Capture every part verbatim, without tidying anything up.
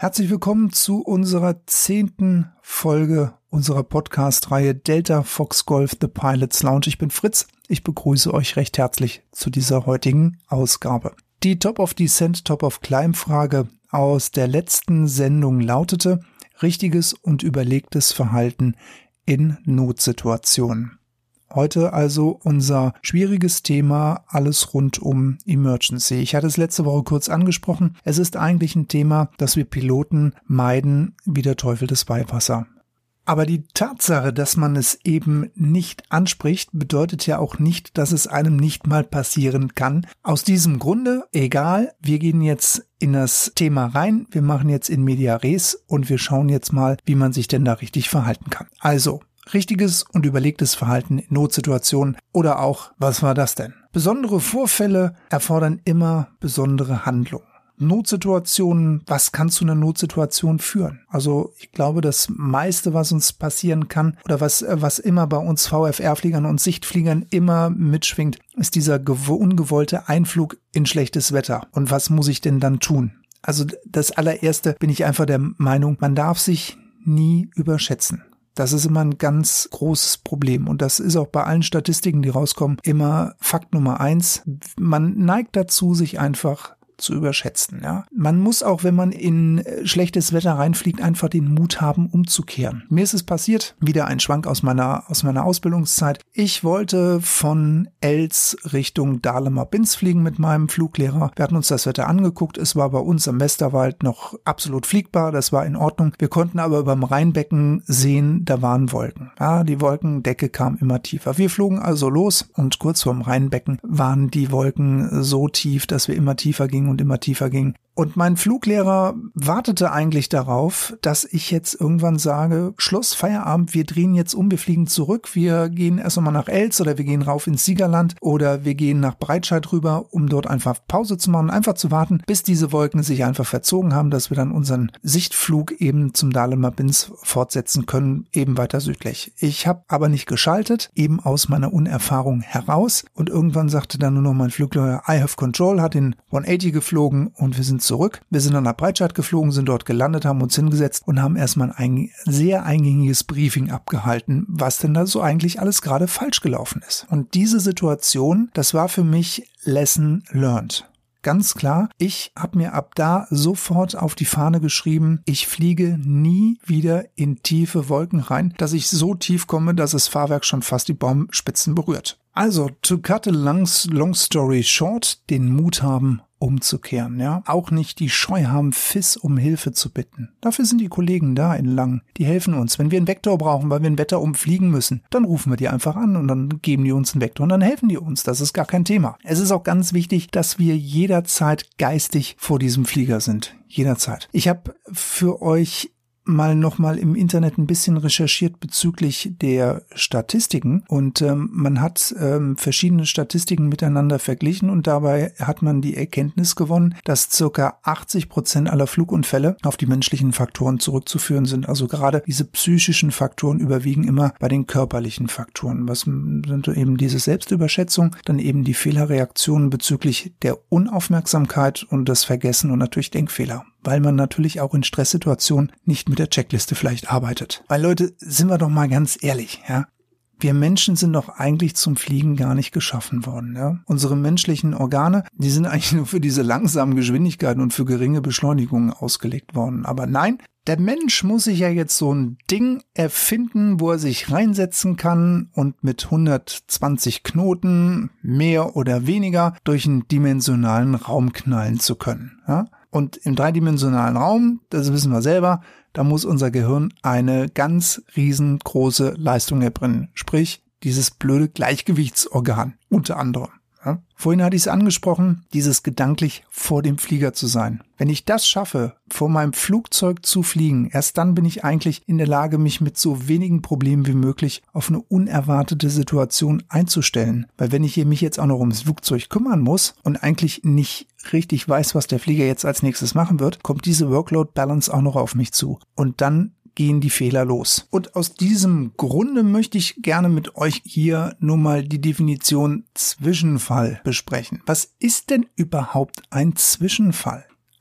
Herzlich willkommen zu unserer zehnten Folge unserer Podcast-Reihe Delta Fox Golf The Pilots Lounge. Ich bin Fritz, ich begrüße euch recht herzlich zu dieser heutigen Ausgabe. Die Top of Descent, Top of Climb Frage aus der letzten Sendung lautete: richtiges und überlegtes Verhalten in Notsituationen. Heute also unser schwieriges Thema, alles rund um Emergency. Ich hatte es letzte Woche kurz angesprochen. Es ist eigentlich ein Thema, das wir Piloten meiden wie der Teufel das Weihwasser. Aber die Tatsache, dass man es eben nicht anspricht, bedeutet ja auch nicht, dass es einem nicht mal passieren kann. Aus diesem Grunde, egal, wir gehen jetzt in das Thema rein, wir machen jetzt in Media Res und wir schauen jetzt mal, wie man sich denn da richtig verhalten kann. Also, richtiges und überlegtes Verhalten in Notsituationen oder auch, was war das denn? Besondere Vorfälle erfordern immer besondere Handlungen. Notsituationen, was kann zu einer Notsituation führen? Also ich glaube, das meiste, was uns passieren kann oder was was immer bei uns V F R-Fliegern und Sichtfliegern immer mitschwingt, ist dieser gew- ungewollte Einflug in schlechtes Wetter. Und was muss ich denn dann tun? Also das allererste bin ich einfach der Meinung, man darf sich nie überschätzen. Das ist immer ein ganz großes Problem und das ist auch bei allen Statistiken, die rauskommen, immer Fakt Nummer eins. Man neigt dazu, sich einfach zu überschätzen. Ja, man muss auch, wenn man in schlechtes Wetter reinfliegt, einfach den Mut haben, umzukehren. Mir ist es passiert, wieder ein Schwank aus meiner aus meiner Ausbildungszeit. Ich wollte von Els Richtung Dahlemer-Binz fliegen mit meinem Fluglehrer. Wir hatten uns das Wetter angeguckt. Es war bei uns am Westerwald noch absolut fliegbar. Das war in Ordnung. Wir konnten aber über dem Rheinbecken sehen, da waren Wolken. Ja, die Wolkendecke kam immer tiefer. Wir flogen also los und kurz vorm Rheinbecken waren die Wolken so tief, dass wir immer tiefer gingen und immer tiefer ging. Und mein Fluglehrer wartete eigentlich darauf, dass ich jetzt irgendwann sage, Schluss, Feierabend, wir drehen jetzt um, wir fliegen zurück, wir gehen erst einmal nach Els oder wir gehen rauf ins Siegerland oder wir gehen nach Breitscheid rüber, um dort einfach Pause zu machen, einfach zu warten, bis diese Wolken sich einfach verzogen haben, dass wir dann unseren Sichtflug eben zum Dahlemer-Binz fortsetzen können, eben weiter südlich. Ich habe aber nicht geschaltet, eben aus meiner Unerfahrung heraus und irgendwann sagte dann nur noch mein Fluglehrer, I have control, hat den hundertachtzig geflogen und wir sind zurück. Wir sind dann nach Breitscheid geflogen, sind dort gelandet, haben uns hingesetzt und haben erstmal ein sehr eingängiges Briefing abgehalten, was denn da so eigentlich alles gerade falsch gelaufen ist. Und diese Situation, das war für mich Lesson learned. Ganz klar, ich habe mir ab da sofort auf die Fahne geschrieben, ich fliege nie wieder in tiefe Wolken rein, dass ich so tief komme, dass das Fahrwerk schon fast die Baumspitzen berührt. Also, to cut a long, long story short, den Mut haben, umzukehren, ja. Auch nicht die Scheu haben, F I S um Hilfe zu bitten. Dafür sind die Kollegen da in Lang. Die helfen uns. Wenn wir einen Vektor brauchen, weil wir ein Wetter umfliegen müssen, dann rufen wir die einfach an und dann geben die uns einen Vektor und dann helfen die uns. Das ist gar kein Thema. Es ist auch ganz wichtig, dass wir jederzeit geistig vor diesem Flieger sind. Jederzeit. Ich habe für euch mal nochmal im Internet ein bisschen recherchiert bezüglich der Statistiken und ähm, man hat ähm, verschiedene Statistiken miteinander verglichen und dabei hat man die Erkenntnis gewonnen, dass circa achtzig Prozent aller Flugunfälle auf die menschlichen Faktoren zurückzuführen sind. Also gerade diese psychischen Faktoren überwiegen immer bei den körperlichen Faktoren. Was sind eben diese Selbstüberschätzung, dann eben die Fehlerreaktionen bezüglich der Unaufmerksamkeit und das Vergessen und natürlich Denkfehler. Weil man natürlich auch in Stresssituationen nicht mit der Checkliste vielleicht arbeitet. Weil Leute, sind wir doch mal ganz ehrlich, ja. Wir Menschen sind doch eigentlich zum Fliegen gar nicht geschaffen worden, ja. Unsere menschlichen Organe, die sind eigentlich nur für diese langsamen Geschwindigkeiten und für geringe Beschleunigungen ausgelegt worden. Aber nein, der Mensch muss sich ja jetzt so ein Ding erfinden, wo er sich reinsetzen kann und mit hundertzwanzig Knoten mehr oder weniger durch einen dimensionalen Raum knallen zu können, ja. Und im dreidimensionalen Raum, das wissen wir selber, da muss unser Gehirn eine ganz riesengroße Leistung erbringen. Sprich, dieses blöde Gleichgewichtsorgan unter anderem. Ja? Vorhin hatte ich es angesprochen, dieses gedanklich vor dem Flieger zu sein. Wenn ich das schaffe, vor meinem Flugzeug zu fliegen, erst dann bin ich eigentlich in der Lage, mich mit so wenigen Problemen wie möglich auf eine unerwartete Situation einzustellen. Weil wenn ich mich jetzt auch noch ums Flugzeug kümmern muss und eigentlich nicht richtig weiß, was der Flieger jetzt als nächstes machen wird, kommt diese Workload-Balance auch noch auf mich zu. Und dann gehen die Fehler los. Und aus diesem Grunde möchte ich gerne mit euch hier nur mal die Definition Zwischenfall besprechen. Was ist denn überhaupt ein Zwischenfall?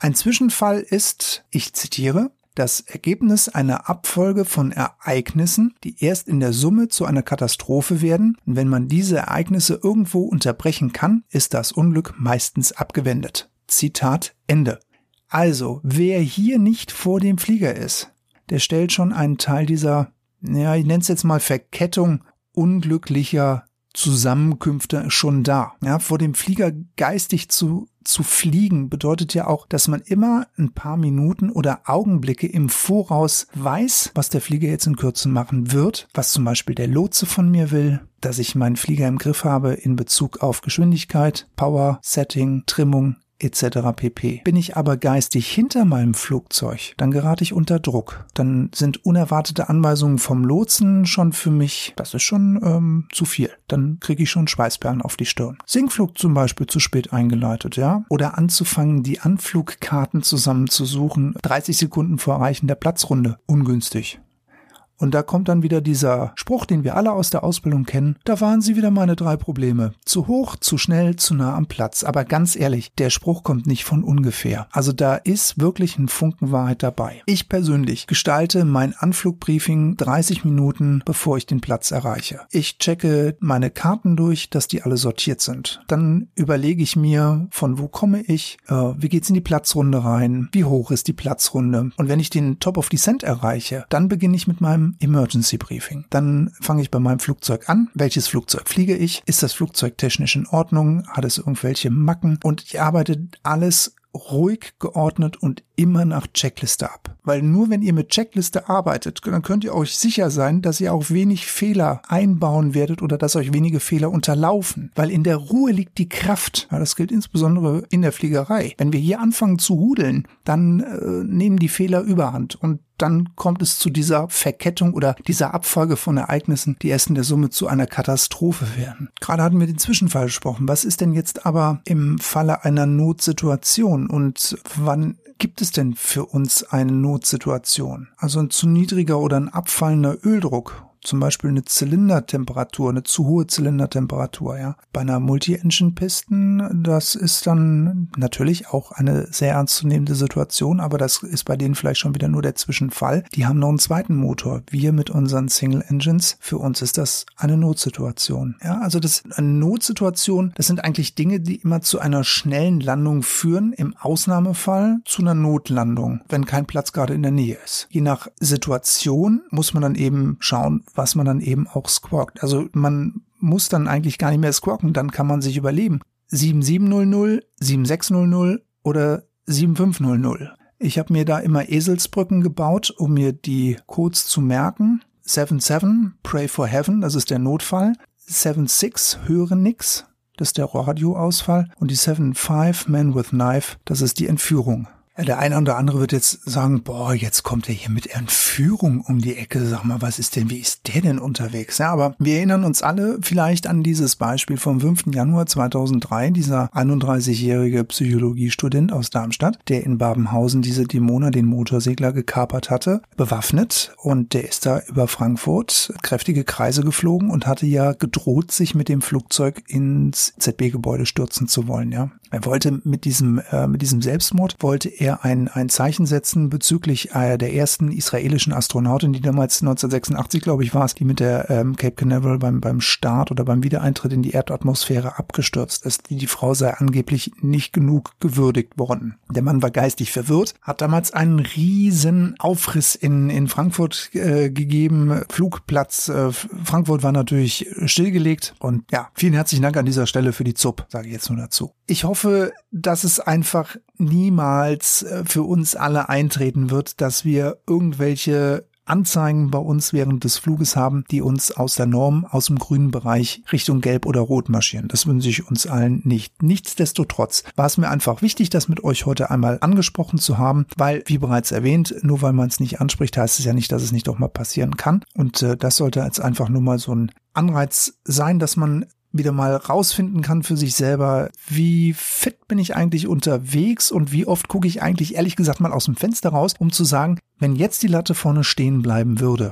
Ein Zwischenfall ist, ich zitiere, das Ergebnis einer Abfolge von Ereignissen, die erst in der Summe zu einer Katastrophe werden. Und wenn man diese Ereignisse irgendwo unterbrechen kann, ist das Unglück meistens abgewendet. Zitat Ende. Also, wer hier nicht vor dem Flieger ist, der stellt schon einen Teil dieser, ja, ich nenne es jetzt mal Verkettung unglücklicher Zusammenkünfte schon dar. Ja, vor dem Flieger geistig zu zu fliegen bedeutet ja auch, dass man immer ein paar Minuten oder Augenblicke im Voraus weiß, was der Flieger jetzt in Kürze machen wird, was zum Beispiel der Lotse von mir will, dass ich meinen Flieger im Griff habe in Bezug auf Geschwindigkeit, Power, Setting, Trimmung et cetera pp. Bin ich aber geistig hinter meinem Flugzeug, dann gerate ich unter Druck. Dann sind unerwartete Anweisungen vom Lotsen schon für mich, das ist schon ähm, zu viel. Dann kriege ich schon Schweißperlen auf die Stirn. Sinkflug zum Beispiel zu spät eingeleitet, ja? Oder anzufangen, die Anflugkarten zusammenzusuchen, dreißig Sekunden vor Erreichen der Platzrunde. Ungünstig. Und da kommt dann wieder dieser Spruch, den wir alle aus der Ausbildung kennen. Da waren sie wieder meine drei Probleme. Zu hoch, zu schnell, zu nah am Platz. Aber ganz ehrlich, der Spruch kommt nicht von ungefähr. Also da ist wirklich ein Funken Wahrheit dabei. Ich persönlich gestalte mein Anflugbriefing dreißig Minuten, bevor ich den Platz erreiche. Ich checke meine Karten durch, dass die alle sortiert sind. Dann überlege ich mir, von wo komme ich, äh, wie geht's in die Platzrunde rein, wie hoch ist die Platzrunde. Und wenn ich den Top of Descent erreiche, dann beginne ich mit meinem Emergency Briefing. Dann fange ich bei meinem Flugzeug an. Welches Flugzeug fliege ich? Ist das Flugzeug technisch in Ordnung? Hat es irgendwelche Macken? Und ich arbeite alles ruhig, geordnet und immer nach Checkliste ab. Weil nur wenn ihr mit Checkliste arbeitet, dann könnt ihr euch sicher sein, dass ihr auch wenig Fehler einbauen werdet oder dass euch wenige Fehler unterlaufen. Weil in der Ruhe liegt die Kraft. Ja, das gilt insbesondere in der Fliegerei. Wenn wir hier anfangen zu hudeln, dann äh, nehmen die Fehler überhand und dann kommt es zu dieser Verkettung oder dieser Abfolge von Ereignissen, die erst in der Summe zu einer Katastrophe werden. Gerade hatten wir den Zwischenfall gesprochen. Was ist denn jetzt aber im Falle einer Notsituation und wann gibt es denn für uns eine Notsituation? Also ein zu niedriger oder ein abfallender Öldruck. Zum Beispiel eine Zylindertemperatur, eine zu hohe Zylindertemperatur, ja. Bei einer Multi-Engine-Pisten, das ist dann natürlich auch eine sehr ernstzunehmende Situation, aber das ist bei denen vielleicht schon wieder nur der Zwischenfall. Die haben noch einen zweiten Motor. Wir mit unseren Single-Engines, für uns ist das eine Notsituation. Ja, also das eine Notsituation, das sind eigentlich Dinge, die immer zu einer schnellen Landung führen, im Ausnahmefall zu einer Notlandung, wenn kein Platz gerade in der Nähe ist. Je nach Situation muss man dann eben schauen, was man dann eben auch squawkt. Also man muss dann eigentlich gar nicht mehr squawken, dann kann man sich überleben. sieben sieben null null, sieben sechs null null oder sieben fünf null null. Ich habe mir da immer Eselsbrücken gebaut, um mir die Codes zu merken. sieben sieben, Pray for Heaven, das ist der Notfall. sieben sechs, höre nix, das ist der Radioausfall. Und die sieben fünf, Man with Knife, das ist die Entführung. Ja, der eine oder andere wird jetzt sagen, boah, jetzt kommt er hier mit Entführung um die Ecke. Sag mal, was ist denn, wie ist der denn unterwegs? Ja, aber wir erinnern uns alle vielleicht an dieses Beispiel vom fünften Januar zweitausenddrei, dieser einunddreißigjährige Psychologiestudent aus Darmstadt, der in Babenhausen diese Demona, den Motorsegler, gekapert hatte, bewaffnet, und der ist da über Frankfurt kräftige Kreise geflogen und hatte ja gedroht, sich mit dem Flugzeug ins Z B-Gebäude stürzen zu wollen, ja. Er wollte mit diesem äh, mit diesem Selbstmord wollte er ein ein Zeichen setzen bezüglich äh, der ersten israelischen Astronautin, die damals neunzehnhundertsechsundachtzig, glaube ich, war es, die mit der ähm, Cape Canaveral beim beim Start oder beim Wiedereintritt in die Erdatmosphäre abgestürzt ist. Die, die Frau sei angeblich nicht genug gewürdigt worden. Der Mann war geistig verwirrt, hat damals einen riesen Aufriss in in Frankfurt äh, gegeben. Flugplatz äh, Frankfurt war natürlich stillgelegt, und ja, vielen herzlichen Dank an dieser Stelle für die Z U P, sage ich jetzt nur dazu. Ich hoffe, dass es einfach niemals für uns alle eintreten wird, dass wir irgendwelche Anzeigen bei uns während des Fluges haben, die uns aus der Norm, aus dem grünen Bereich Richtung Gelb oder Rot marschieren. Das wünsche ich uns allen nicht. Nichtsdestotrotz war es mir einfach wichtig, das mit euch heute einmal angesprochen zu haben, weil, wie bereits erwähnt, nur weil man es nicht anspricht, heißt es ja nicht, dass es nicht auch mal passieren kann. Und äh, das sollte jetzt einfach nur mal so ein Anreiz sein, dass man wieder mal rausfinden kann für sich selber, wie fit bin ich eigentlich unterwegs und wie oft gucke ich eigentlich ehrlich gesagt mal aus dem Fenster raus, um zu sagen, wenn jetzt die Latte vorne stehen bleiben würde,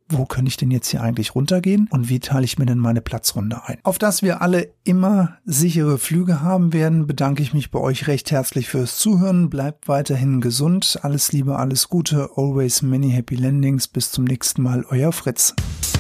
wo könnte ich denn jetzt hier eigentlich runtergehen und wie teile ich mir denn meine Platzrunde ein? Auf dass wir alle immer sichere Flüge haben werden, bedanke ich mich bei euch recht herzlich fürs Zuhören. Bleibt weiterhin gesund. Alles Liebe, alles Gute. Always many happy landings. Bis zum nächsten Mal. Euer Fritz.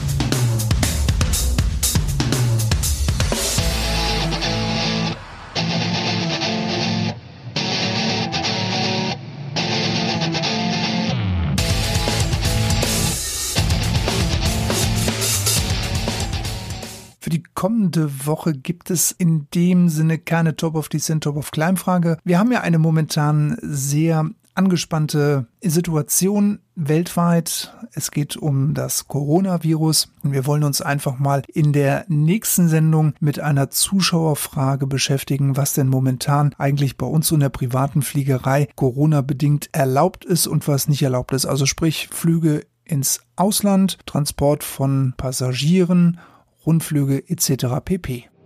Für die kommende Woche gibt es in dem Sinne keine Top-of-Descent, Top-of-Climb-Frage. Wir haben ja eine momentan sehr angespannte Situation weltweit. Es geht um das Coronavirus und wir wollen uns einfach mal in der nächsten Sendung mit einer Zuschauerfrage beschäftigen, was denn momentan eigentlich bei uns in der privaten Fliegerei Corona-bedingt erlaubt ist und was nicht erlaubt ist. Also sprich Flüge ins Ausland, Transport von Passagieren, Rundflüge et cetera pp.